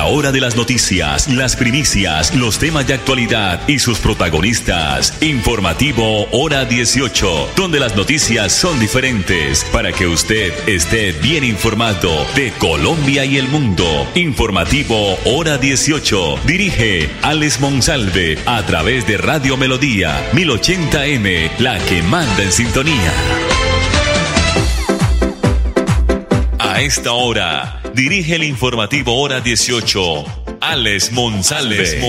hora de las noticias, las primicias, los temas de actualidad y sus protagonistas. Informativo Hora 18, donde las noticias son diferentes para que usted esté bien informado de Colombia y el mundo. Informativo Hora 18. Dirige Alex Monsalve a través de Radio Melodía 1080M, la que manda en sintonía. A esta hora, dirige el informativo Hora 18, Alex Monsalve.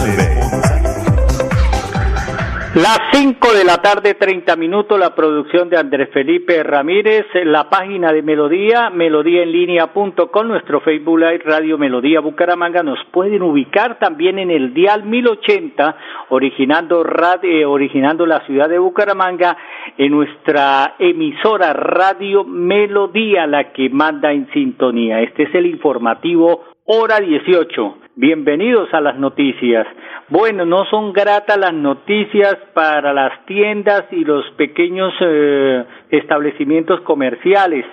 Las 5 de la tarde, 30 minutos, la producción de Andrés Felipe Ramírez, la página de Melodía, melodíaenlínea.com, nuestro Facebook Live Radio Melodía Bucaramanga. Nos pueden ubicar también en el dial 1080, originando la ciudad de Bucaramanga, en nuestra emisora Radio Melodía, la que manda en sintonía. Este es el informativo Hora 18. Bienvenidos a las noticias. Bueno, no son gratas las noticias para las tiendas y los pequeños establecimientos comerciales.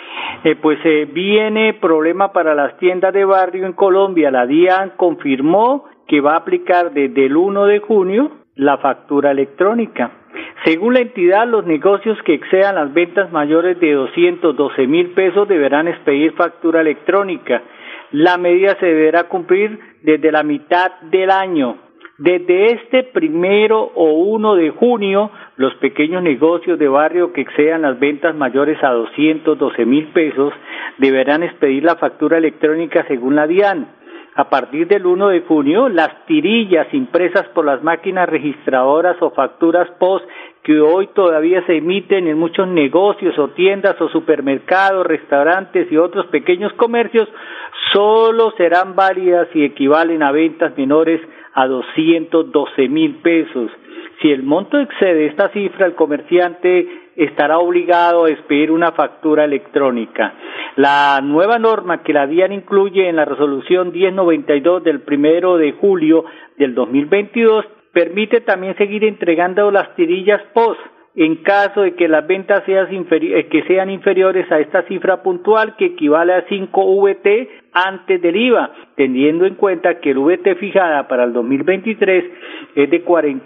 Viene problema para las tiendas de barrio en Colombia. La DIAN confirmó que va a aplicar desde el 1 de junio la factura electrónica. Según la entidad, los negocios que excedan las ventas mayores de 212,000 pesos deberán expedir factura electrónica. La medida se deberá cumplir desde la mitad del año. Desde este 1 o 1 de junio, los pequeños negocios de barrio que excedan las ventas mayores a 212,000 pesos deberán expedir la factura electrónica según la DIAN. A partir del 1 de junio, las tirillas impresas por las máquinas registradoras o facturas POS que hoy todavía se emiten en muchos negocios o tiendas o supermercados, restaurantes y otros pequeños comercios, solo serán válidas si equivalen a ventas menores a 212,000 pesos. Si el monto excede esta cifra, el comerciante estará obligado a expedir una factura electrónica. La nueva norma que la DIAN incluye en la resolución 1092 del 1 de julio del 2022 permite también seguir entregando las tirillas POS en caso de que las ventas sean inferiores a esta cifra puntual que equivale a 5 VT antes del IVA, teniendo en cuenta que el VT fijada para el 2023 es de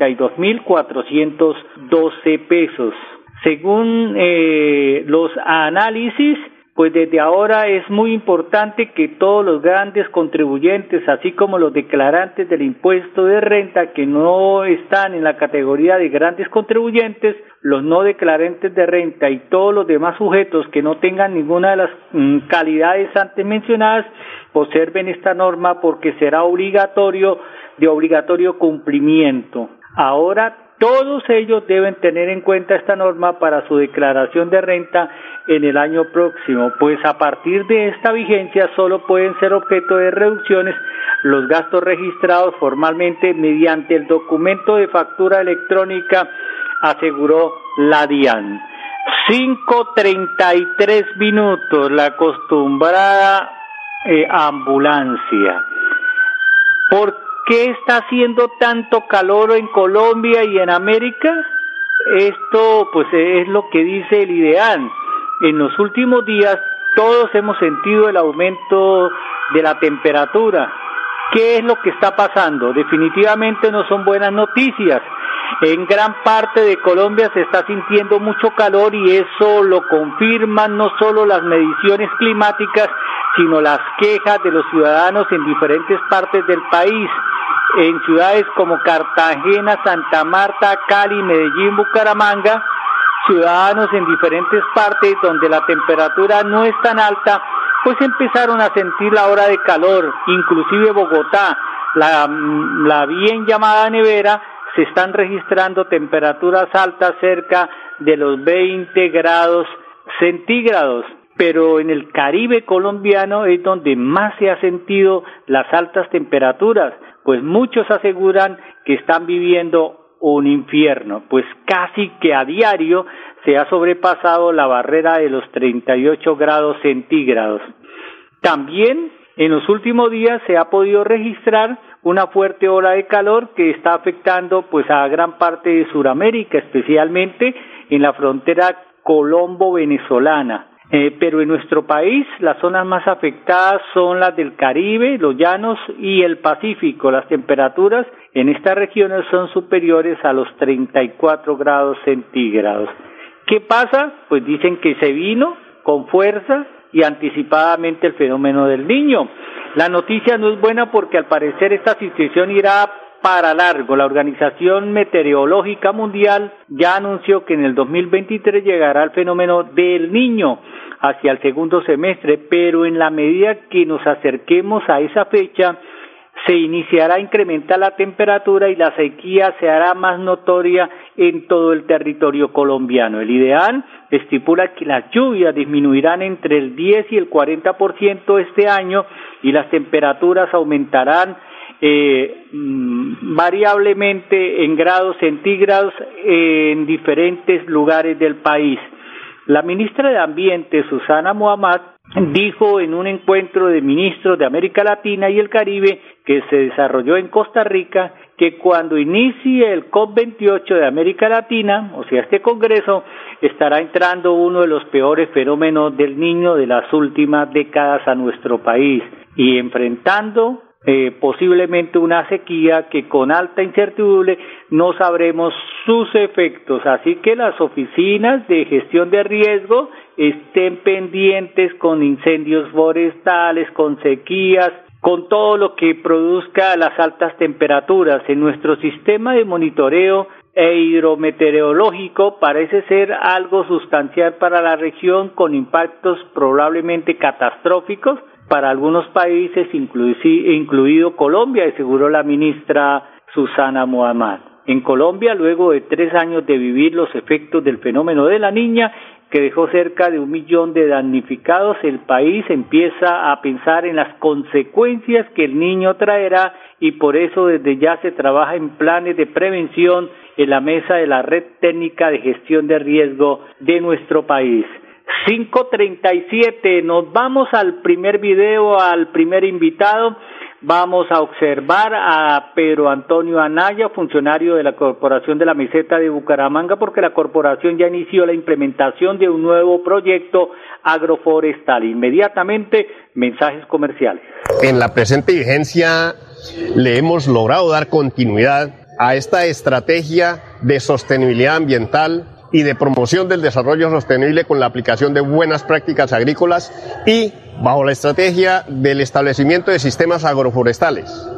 42,412 pesos. Según los análisis, pues desde ahora es muy importante que todos los grandes contribuyentes, así como los declarantes del impuesto de renta que no están en la categoría de grandes contribuyentes, los no declarantes de renta y todos los demás sujetos que no tengan ninguna de las calidades antes mencionadas, observen esta norma porque será de obligatorio cumplimiento. Ahora, todos ellos deben tener en cuenta esta norma para su declaración de renta en el año próximo, pues a partir de esta vigencia solo pueden ser objeto de reducciones los gastos registrados formalmente mediante el documento de factura electrónica, aseguró la DIAN. 5:33 minutos, la acostumbrada ambulancia. ¿Por qué está haciendo tanto calor en Colombia y en América? Esto pues es lo que dice el IDEAN. En los últimos días todos hemos sentido el aumento de la temperatura. ¿Qué es lo que está pasando? Definitivamente no son buenas noticias. En gran parte de Colombia se está sintiendo mucho calor y eso lo confirman no solo las mediciones climáticas, sino las quejas de los ciudadanos en diferentes partes del país. En ciudades como Cartagena, Santa Marta, Cali, Medellín, Bucaramanga, ciudadanos en diferentes partes donde la temperatura no es tan alta, pues empezaron a sentir la ola de calor. Inclusive Bogotá, la bien llamada nevera, se están registrando temperaturas altas cerca de los 20 grados centígrados. Pero en el Caribe colombiano es donde más se ha sentido las altas temperaturas, pues muchos aseguran que están viviendo un infierno, pues casi que a diario se ha sobrepasado la barrera de los 38 grados centígrados. También en los últimos días se ha podido registrar una fuerte ola de calor que está afectando pues a gran parte de Sudamérica, especialmente en la frontera colombo-venezolana. pero en nuestro país las zonas más afectadas son las del Caribe, los llanos y el Pacífico. Las temperaturas en estas regiones son superiores a los 34 grados centígrados. ¿Qué pasa? Pues dicen que se vino con fuerza y anticipadamente el fenómeno del Niño. La noticia no es buena porque al parecer esta situación irá para largo. La Organización Meteorológica Mundial ya anunció que en el 2023 llegará el fenómeno del Niño hacia el segundo semestre, pero en la medida que nos acerquemos a esa fecha, se iniciará a incrementar la temperatura y la sequía se hará más notoria en todo el territorio colombiano. El IDEAN estipula que las lluvias disminuirán entre el 10 y el 40% este año y las temperaturas aumentarán variablemente en grados centígrados en diferentes lugares del país. La ministra de Ambiente, Susana Muhammad, dijo en un encuentro de ministros de América Latina y el Caribe que se desarrolló en Costa Rica que cuando inicie el COP28 de América Latina, o sea, este congreso, estará entrando uno de los peores fenómenos del Niño de las últimas décadas a nuestro país y enfrentando posiblemente una sequía que con alta incertidumbre no sabremos sus efectos. Así que las oficinas de gestión de riesgo estén pendientes con incendios forestales, con sequías, con todo lo que produzca las altas temperaturas. En nuestro sistema de monitoreo e hidrometeorológico parece ser algo sustancial para la región con impactos probablemente catastróficos para algunos países, incluido Colombia, aseguró la ministra Susana Muhammad. En Colombia, luego de 3 años de vivir los efectos del fenómeno de la Niña, que dejó cerca de 1 millón de damnificados, el país empieza a pensar en las consecuencias que el Niño traerá y por eso desde ya se trabaja en planes de prevención en la mesa de la Red Técnica de Gestión de Riesgo de nuestro país. 5:37, nos vamos al primer video, al primer invitado. Vamos a observar a Pedro Antonio Anaya, funcionario de la Corporación de la Meseta de Bucaramanga, porque la corporación ya inició la implementación de un nuevo proyecto agroforestal. Inmediatamente, mensajes comerciales. En la presente vigencia le hemos logrado dar continuidad a esta estrategia de sostenibilidad ambiental y de promoción del desarrollo sostenible con la aplicación de buenas prácticas agrícolas y bajo la estrategia del establecimiento de sistemas agroforestales.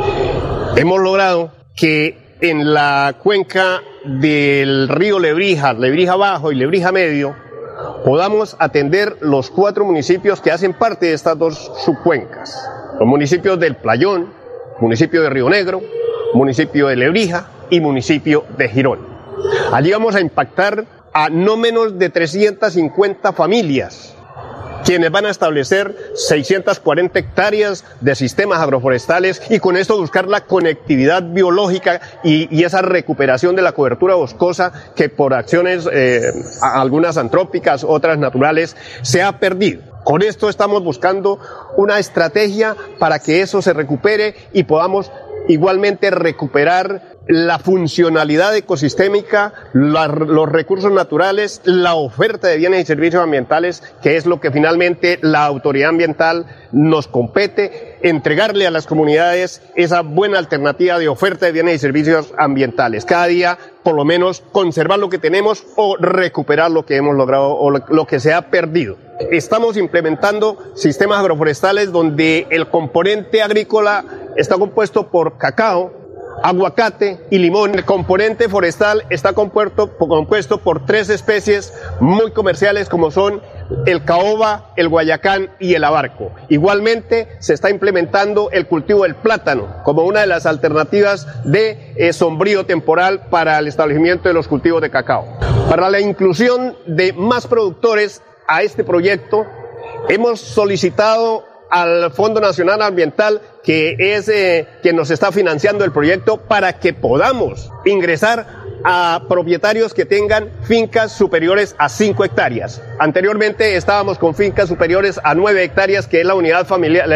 Hemos logrado que en la cuenca del río Lebrija, Lebrija Bajo y Lebrija Medio, podamos atender los 4 municipios que hacen parte de estas 2 subcuencas. Los municipios del Playón, municipio de Río Negro, municipio de Lebrija y municipio de Girón. Allí vamos a impactar a no menos de 350 familias, quienes van a establecer 640 hectáreas de sistemas agroforestales y con esto buscar la conectividad biológica y esa recuperación de la cobertura boscosa que por acciones, algunas antrópicas, otras naturales, se ha perdido. Con esto estamos buscando una estrategia para que eso se recupere y podamos igualmente recuperar la funcionalidad ecosistémica, los recursos naturales, la oferta de bienes y servicios ambientales, que es lo que finalmente la autoridad ambiental nos compete, entregarle a las comunidades esa buena alternativa de oferta de bienes y servicios ambientales. Cada día, por lo menos, conservar lo que tenemos o recuperar lo que hemos logrado o lo que se ha perdido. Estamos implementando sistemas agroforestales donde el componente agrícola está compuesto por cacao, aguacate y limón. El componente forestal está compuesto por 3 especies muy comerciales como son el caoba, el guayacán y el abarco. Igualmente se está implementando el cultivo del plátano como una de las alternativas de sombrío temporal para el establecimiento de los cultivos de cacao. Para la inclusión de más productores a este proyecto, hemos solicitado al Fondo Nacional Ambiental, que es quien nos está financiando el proyecto, para que podamos ingresar a propietarios que tengan fincas superiores a 5 hectáreas. Anteriormente estábamos con fincas superiores a 9 hectáreas, que es la unidad familiar,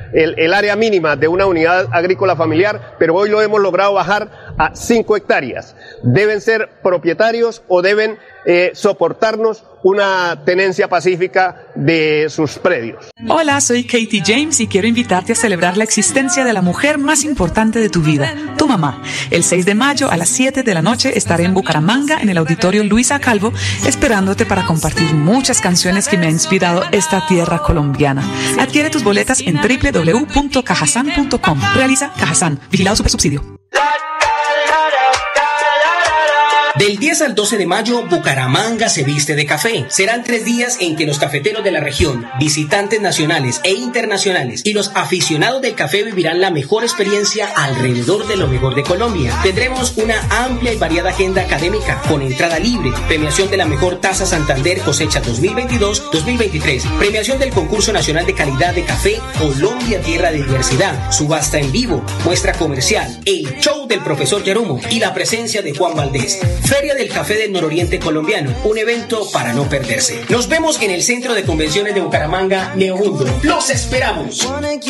el área mínima de una unidad agrícola familiar, pero hoy lo hemos logrado bajar a 5 hectáreas. Deben ser propietarios o deben soportarnos una tenencia pacífica de sus predios. Hola, soy Katie James y quiero invitarte a celebrar la existencia de la mujer más importante de tu vida, tu mamá. El 6 de mayo a las 7 de la noche estaré en Bucaramanga, en el Auditorio Luisa Calvo, esperándote para compartir muchas canciones que me han inspirado esta tierra colombiana. Adquiere tus boletas en www.cajasan.com. Realiza Cajasan, vigilado Supersubsidio. Del 10 al 12 de mayo, Bucaramanga se viste de café. Serán 3 días en que los cafeteros de la región, visitantes nacionales e internacionales y los aficionados del café vivirán la mejor experiencia alrededor de lo mejor de Colombia. Tendremos una amplia y variada agenda académica con entrada libre, premiación de la mejor taza Santander cosecha 2022-2023, premiación del concurso nacional de calidad de café Colombia Tierra de Diversidad, subasta en vivo, muestra comercial, el show del profesor Yerumo y la presencia de Juan Valdés. Feria del Café del Nororiente Colombiano, un evento para no perderse. Nos vemos en el Centro de Convenciones de Bucaramanga, Neomundo. ¡Los esperamos!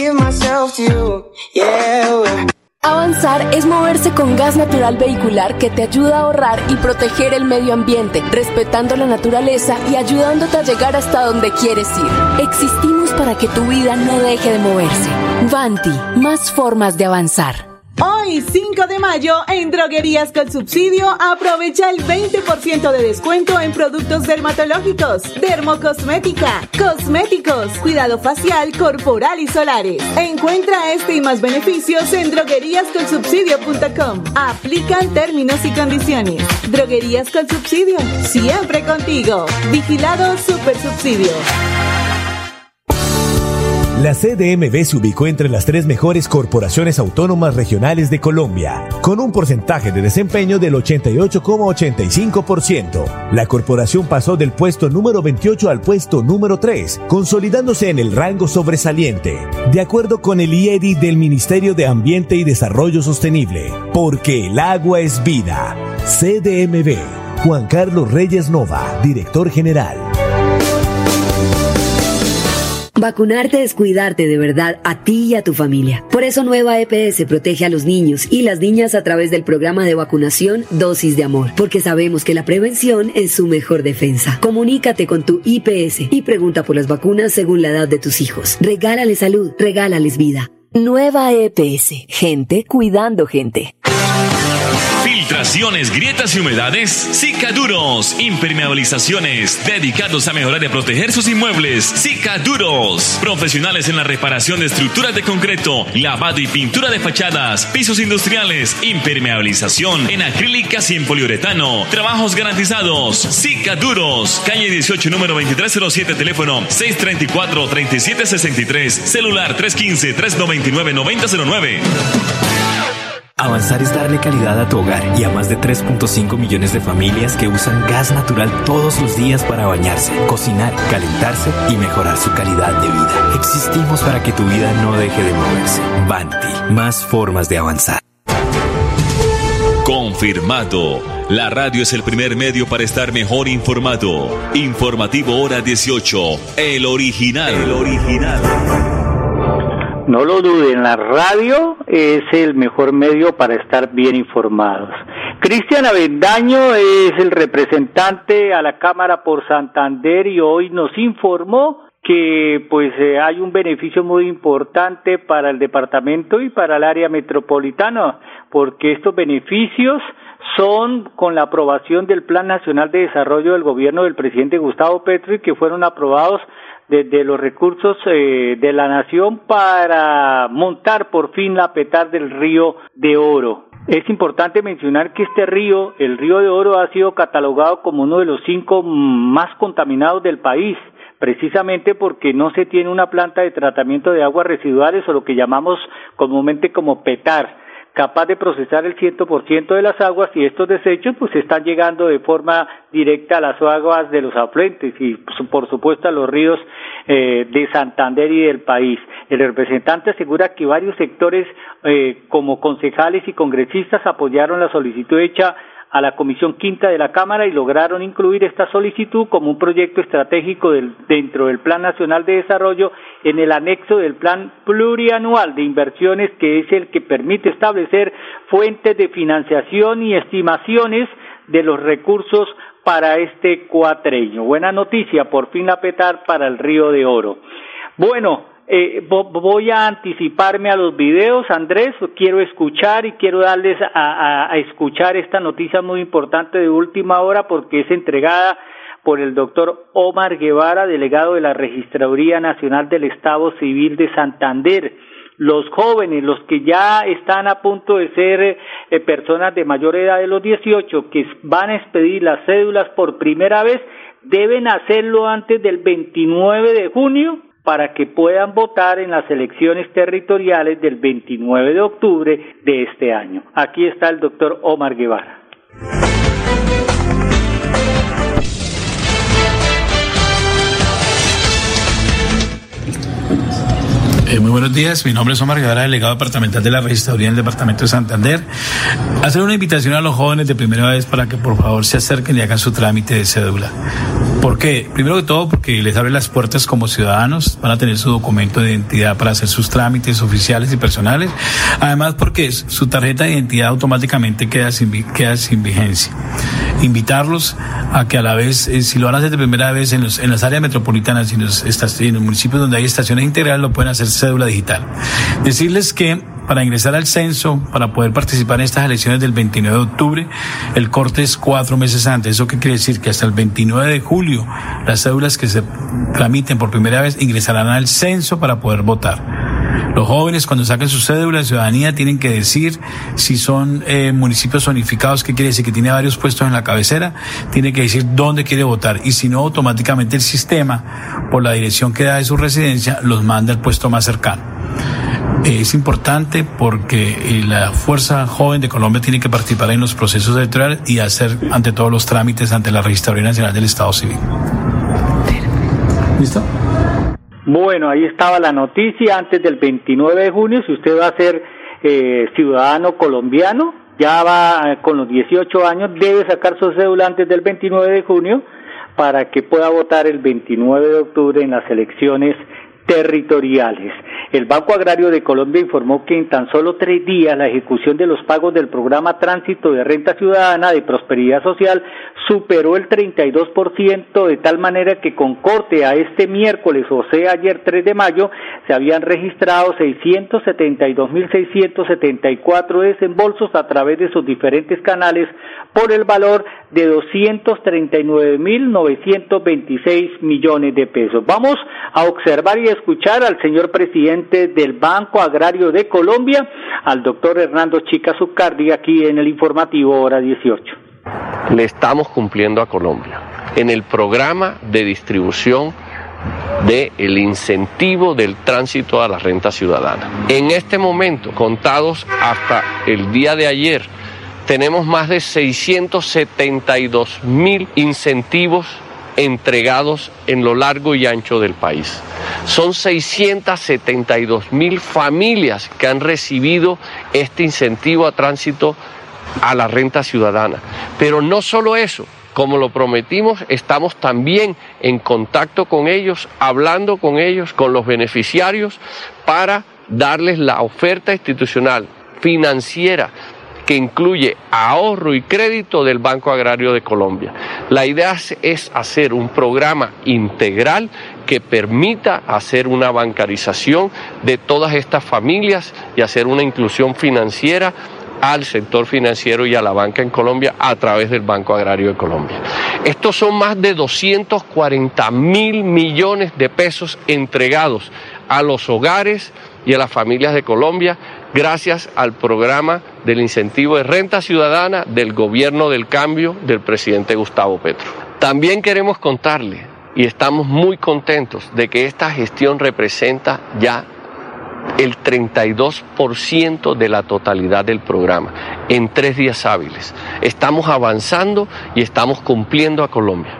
Avanzar es moverse con gas natural vehicular que te ayuda a ahorrar y proteger el medio ambiente, respetando la naturaleza y ayudándote a llegar hasta donde quieres ir. Existimos para que tu vida no deje de moverse. Vanti, más formas de avanzar. Hoy, 5 de mayo, en Droguerías con Subsidio, aprovecha el 20% de descuento en productos dermatológicos, dermocosmética, cosméticos, cuidado facial, corporal y solares. Encuentra este y más beneficios en drogueríasconsubsidio.com. Aplican términos y condiciones. Droguerías con Subsidio, siempre contigo. Vigilado Supersubsidio. La CDMV se ubicó entre las 3 mejores corporaciones autónomas regionales de Colombia, con un porcentaje de desempeño del 88,85%. La corporación pasó del puesto número 28 al puesto número 3, consolidándose en el rango sobresaliente, de acuerdo con el IEDI del Ministerio de Ambiente y Desarrollo Sostenible. Porque el agua es vida. CDMV. Juan Carlos Reyes Nova, director general. Vacunarte es cuidarte de verdad a ti y a tu familia. Por eso Nueva EPS protege a los niños y las niñas a través del programa de vacunación Dosis de Amor, porque sabemos que la prevención es su mejor defensa. Comunícate con tu IPS y pregunta por las vacunas según la edad de tus hijos. Regálales salud, regálales vida. Nueva EPS, gente cuidando gente. Filtraciones, grietas y humedades, Cicaduros. Impermeabilizaciones, dedicados a mejorar y a proteger sus inmuebles. Cicaduros. Profesionales en la reparación de estructuras de concreto, lavado y pintura de fachadas, pisos industriales, impermeabilización en acrílicas y en poliuretano. Trabajos garantizados. Cicaduros. Calle 18, número 2307, teléfono 634-3763, celular 315-399-9009. Avanzar es darle calidad a tu hogar y a más de 3.5 millones de familias que usan gas natural todos los días para bañarse, cocinar, calentarse y mejorar su calidad de vida. Existimos para que tu vida no deje de moverse. Vanti, más formas de avanzar. Confirmado. La radio es el primer medio para estar mejor informado. Informativo Hora 18. El original. El original. No lo duden, la radio es el mejor medio para estar bien informados. Cristian Avendaño es el representante a la Cámara por Santander y hoy nos informó que hay un beneficio muy importante para el departamento y para el área metropolitana, porque estos beneficios son con la aprobación del Plan Nacional de Desarrollo del gobierno del presidente Gustavo Petro y que fueron aprobados desde los recursos de la nación para montar por fin la petar del Río de Oro. Es importante mencionar que este río, el Río de Oro, ha sido catalogado como uno de los 5 más contaminados del país, precisamente porque no se tiene una planta de tratamiento de aguas residuales o lo que llamamos comúnmente como petar, capaz de procesar el 100% de las aguas, y estos desechos están llegando de forma directa a las aguas de los afluentes y por supuesto a los ríos de Santander y del país. El representante asegura que varios sectores como concejales y congresistas apoyaron la solicitud hecha a la Comisión Quinta de la Cámara y lograron incluir esta solicitud como un proyecto estratégico dentro del Plan Nacional de Desarrollo en el anexo del Plan Plurianual de Inversiones, que es el que permite establecer fuentes de financiación y estimaciones de los recursos para este cuatrenio. Buena noticia, por fin la PETAR para el Río de Oro. Bueno, voy a anticiparme a los videos, Andrés, quiero escuchar y quiero darles a escuchar esta noticia muy importante de última hora porque es entregada por el doctor Omar Guevara, delegado de la Registraduría Nacional del Estado Civil de Santander. Los jóvenes, los que ya están a punto de ser personas de mayor edad de los 18, que van a expedir las cédulas por primera vez, deben hacerlo antes del 29 de junio para que puedan votar en las elecciones territoriales del 29 de octubre de este año. Aquí está el doctor Omar Guevara. Muy buenos días, mi nombre es Omar Guevara, delegado departamental de la Registraduría del Departamento de Santander. Hacer una invitación a los jóvenes de primera vez para que por favor se acerquen y hagan su trámite de cédula. ¿Por qué? Primero que todo porque les abre las puertas como ciudadanos, van a tener su documento de identidad para hacer sus trámites oficiales y personales. Además porque su tarjeta de identidad automáticamente queda sin vigencia. Invitarlos a que a la vez, si lo van a hacer de primera vez en las áreas metropolitanas y en los municipios donde hay estaciones integrales, lo pueden hacer cédula digital. Decirles que para ingresar al censo, para poder participar en estas elecciones del 29 de octubre, el corte es 4 meses antes. ¿Eso qué quiere decir? Que hasta el 29 de julio las cédulas que se tramiten por primera vez ingresarán al censo para poder votar. Los jóvenes, cuando saquen su cédula de ciudadanía, tienen que decir si son municipios zonificados, que quiere decir que tiene varios puestos en la cabecera, tiene que decir dónde quiere votar, y si no, automáticamente el sistema, por la dirección que da de su residencia, los manda al puesto más cercano. Es importante porque la Fuerza Joven de Colombia tiene que participar en los procesos electorales y hacer ante todos los trámites ante la Registraduría Nacional del Estado Civil. ¿Listo? Bueno, ahí estaba la noticia. Antes del 29 de junio, si usted va a ser ciudadano colombiano, ya va con los 18 años, debe sacar su cédula antes del 29 de junio para que pueda votar el 29 de octubre en las elecciones territoriales. El Banco Agrario de Colombia informó que en tan solo 3 días la ejecución de los pagos del programa Tránsito de Renta Ciudadana de Prosperidad Social superó el 32%, de tal manera que con corte a este miércoles, o sea ayer 3 de mayo, se habían registrado 672.674 desembolsos a través de sus diferentes canales por el valor de 239.926 millones de pesos. Vamos a observar y escuchar al señor presidente del Banco Agrario de Colombia, al doctor Hernando Chica Zucardi, aquí en el informativo Hora 18. Le estamos cumpliendo a Colombia en el programa de distribución del incentivo del tránsito a la renta ciudadana. En este momento, contados hasta el día de ayer, tenemos más de 672.000 incentivos entregados en lo largo y ancho del país. Son 672.000 familias que han recibido este incentivo a tránsito a la renta ciudadana. Pero no solo eso, como lo prometimos, estamos también en contacto con ellos, hablando con ellos, con los beneficiarios, para darles la oferta institucional financiera que incluye ahorro y crédito del Banco Agrario de Colombia. La idea es hacer un programa integral que permita hacer una bancarización de todas estas familias y hacer una inclusión financiera al sector financiero y a la banca en Colombia a través del Banco Agrario de Colombia. Estos son más de 240.000 millones de pesos entregados a los hogares y a las familias de Colombia gracias al programa del incentivo de renta ciudadana del gobierno del cambio del presidente Gustavo Petro. También queremos contarle, y estamos muy contentos de que esta gestión representa ya el 32% de la totalidad del programa en 3 días hábiles. Estamos avanzando y estamos cumpliendo a Colombia.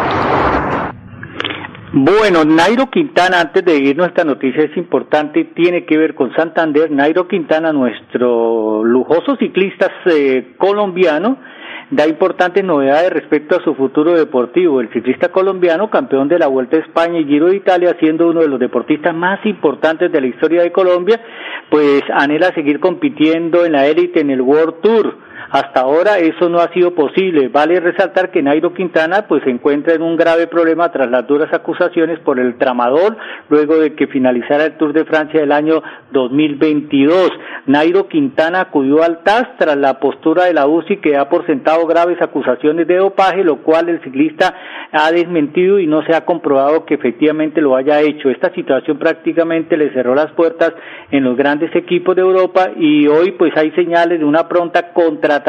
Bueno, Nairo Quintana, antes de irnos, esta noticia es importante, tiene que ver con Santander. Nairo Quintana, nuestro lujoso ciclista colombiano, da importantes novedades respecto a su futuro deportivo. El ciclista colombiano, campeón de la Vuelta a España y Giro de Italia, siendo uno de los deportistas más importantes de la historia de Colombia, pues anhela seguir compitiendo en la élite en el World Tour. Hasta ahora eso no ha sido posible. Vale resaltar que Nairo Quintana pues se encuentra en un grave problema tras las duras acusaciones por el tramadol luego de que finalizara el Tour de Francia del año 2022. Nairo Quintana acudió al TAS tras la postura de la UCI que da por sentado graves acusaciones de dopaje, lo cual el ciclista ha desmentido y no se ha comprobado que efectivamente lo haya hecho. Esta situación prácticamente le cerró las puertas en los grandes equipos de Europa y hoy pues hay señales de una pronta contratación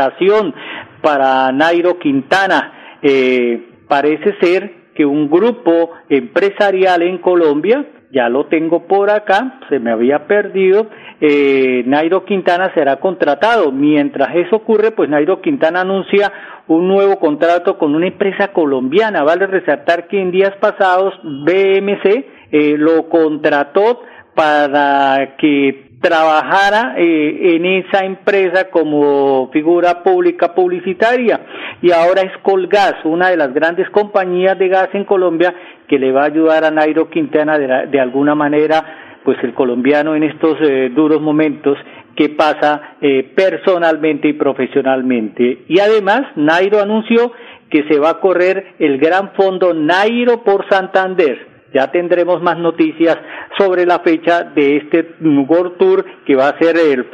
para Nairo Quintana. Parece ser que un grupo empresarial en Colombia, ya lo tengo por acá, se me había perdido, Nairo Quintana será contratado. Mientras eso ocurre, pues Nairo Quintana anuncia un nuevo contrato con una empresa colombiana. Vale resaltar que en días pasados BMC lo contrató para que trabajara en esa empresa como figura pública publicitaria, y ahora es Colgas, una de las grandes compañías de gas en Colombia, que le va a ayudar a Nairo Quintana de alguna manera, pues el colombiano en estos duros momentos que pasa personalmente y profesionalmente. Y además Nairo anunció que se va a correr el gran fondo Nairo por Santander. Ya tendremos más noticias sobre la fecha de este World Tour que va a ser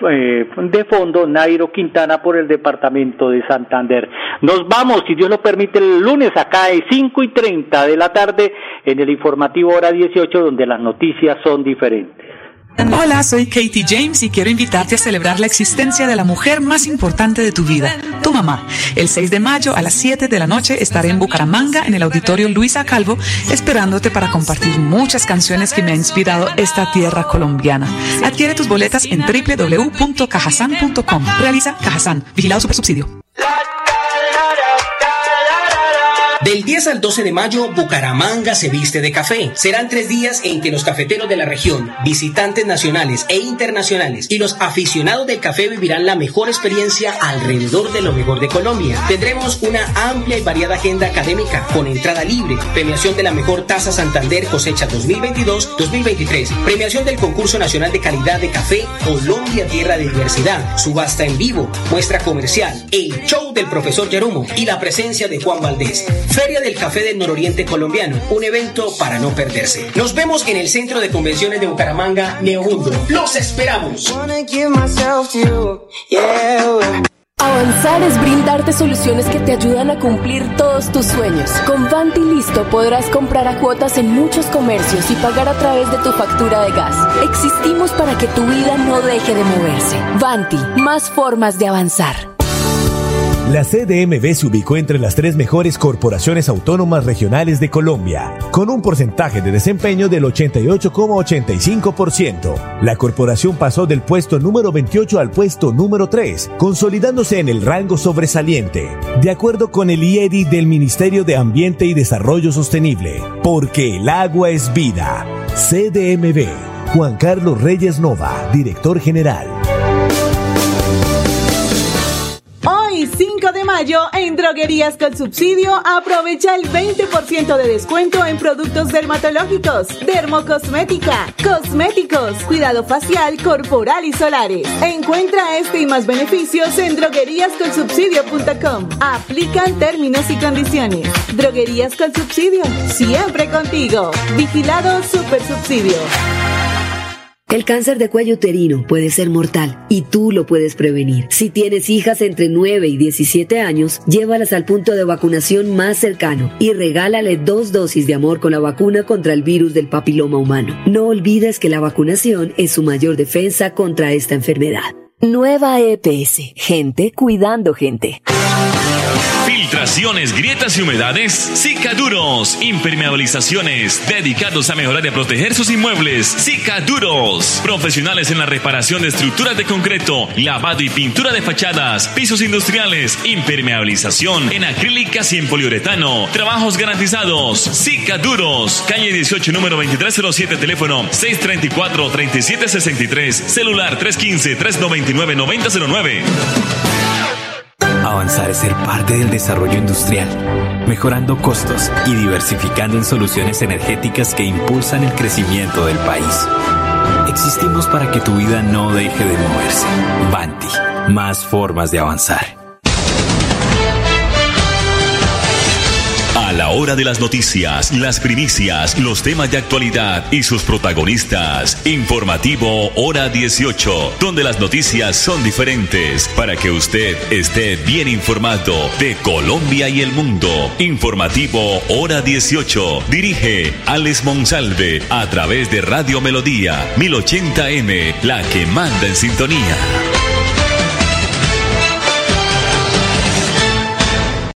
de fondo Nairo Quintana por el departamento de Santander. Nos vamos, si Dios lo permite, el lunes acá es 5:30 de la tarde en el informativo Hora 18, donde las noticias son diferentes. Hola, soy Katie James y quiero invitarte a celebrar la existencia de la mujer más importante de tu vida, tu mamá. El 6 de mayo a las 7 de la noche estaré en Bucaramanga en el auditorio Luisa Calvo esperándote para compartir muchas canciones que me ha inspirado esta tierra colombiana. Adquiere tus boletas en www.cajasan.com. Realiza Cajasan, vigilado Supersubsidio. Del 10 al 12 de mayo, Bucaramanga se viste de café. Serán 3 días en que los cafeteros de la región, visitantes nacionales e internacionales y los aficionados del café vivirán la mejor experiencia alrededor de lo mejor de Colombia. Tendremos una amplia y variada agenda académica con entrada libre, premiación de la mejor taza Santander cosecha 2022-2023, premiación del concurso nacional de calidad de café Colombia Tierra de Diversidad, subasta en vivo, muestra comercial, el show del profesor Yerumo y la presencia de Juan Valdés. Feria del Café del Nororiente Colombiano, un evento para no perderse. Nos vemos en el Centro de Convenciones de Bucaramanga, Neomundo. ¡Los esperamos! Avanzar es brindarte soluciones que te ayudan a cumplir todos tus sueños. Con Vanti Listo podrás comprar a cuotas en muchos comercios y pagar a través de tu factura de gas. Existimos para que tu vida no deje de moverse. Vanti, más formas de avanzar. La CDMV se ubicó entre las 3 mejores corporaciones autónomas regionales de Colombia, con un porcentaje de desempeño del 88,85%. La corporación pasó del puesto número 28 al puesto número 3, consolidándose en el rango sobresaliente, de acuerdo con el IEDI del Ministerio de Ambiente y Desarrollo Sostenible. Porque el agua es vida. CDMV. Juan Carlos Reyes Nova, director general. Hoy, 5 de mayo, en Droguerías con Subsidio, aprovecha el 20% de descuento en productos dermatológicos, dermocosmética, cosméticos, cuidado facial, corporal y solares. Encuentra este y más beneficios en drogueríasconsubsidio.com. Aplican términos y condiciones. Droguerías con Subsidio, siempre contigo. Vigilado Supersubsidio. El cáncer de cuello uterino puede ser mortal y tú lo puedes prevenir. Si tienes hijas entre 9 y 17 años, llévalas al punto de vacunación más cercano y regálale 2 dosis de amor con la vacuna contra el virus del papiloma humano. No olvides que la vacunación es su mayor defensa contra esta enfermedad. Nueva EPS. Gente cuidando gente. Filtraciones, grietas y humedades, Cicaduros. Impermeabilizaciones, dedicados a mejorar y a proteger sus inmuebles. Cicaduros. Profesionales en la reparación de estructuras de concreto, lavado y pintura de fachadas, pisos industriales, impermeabilización en acrílicas y en poliuretano. Trabajos garantizados. Cicaduros. Calle 18, número 2307, teléfono 634-3763, celular 315-399-9009. Avanzar es ser parte del desarrollo industrial, mejorando costos y diversificando en soluciones energéticas que impulsan el crecimiento del país. Existimos para que tu vida no deje de moverse. Vanti, más formas de avanzar. A la hora de las noticias, las primicias, los temas de actualidad y sus protagonistas. Informativo Hora 18, donde las noticias son diferentes, para que usted esté bien informado de Colombia y el mundo. Informativo Hora 18, dirige Alex Monsalve a través de Radio Melodía 1080M, la que manda en sintonía.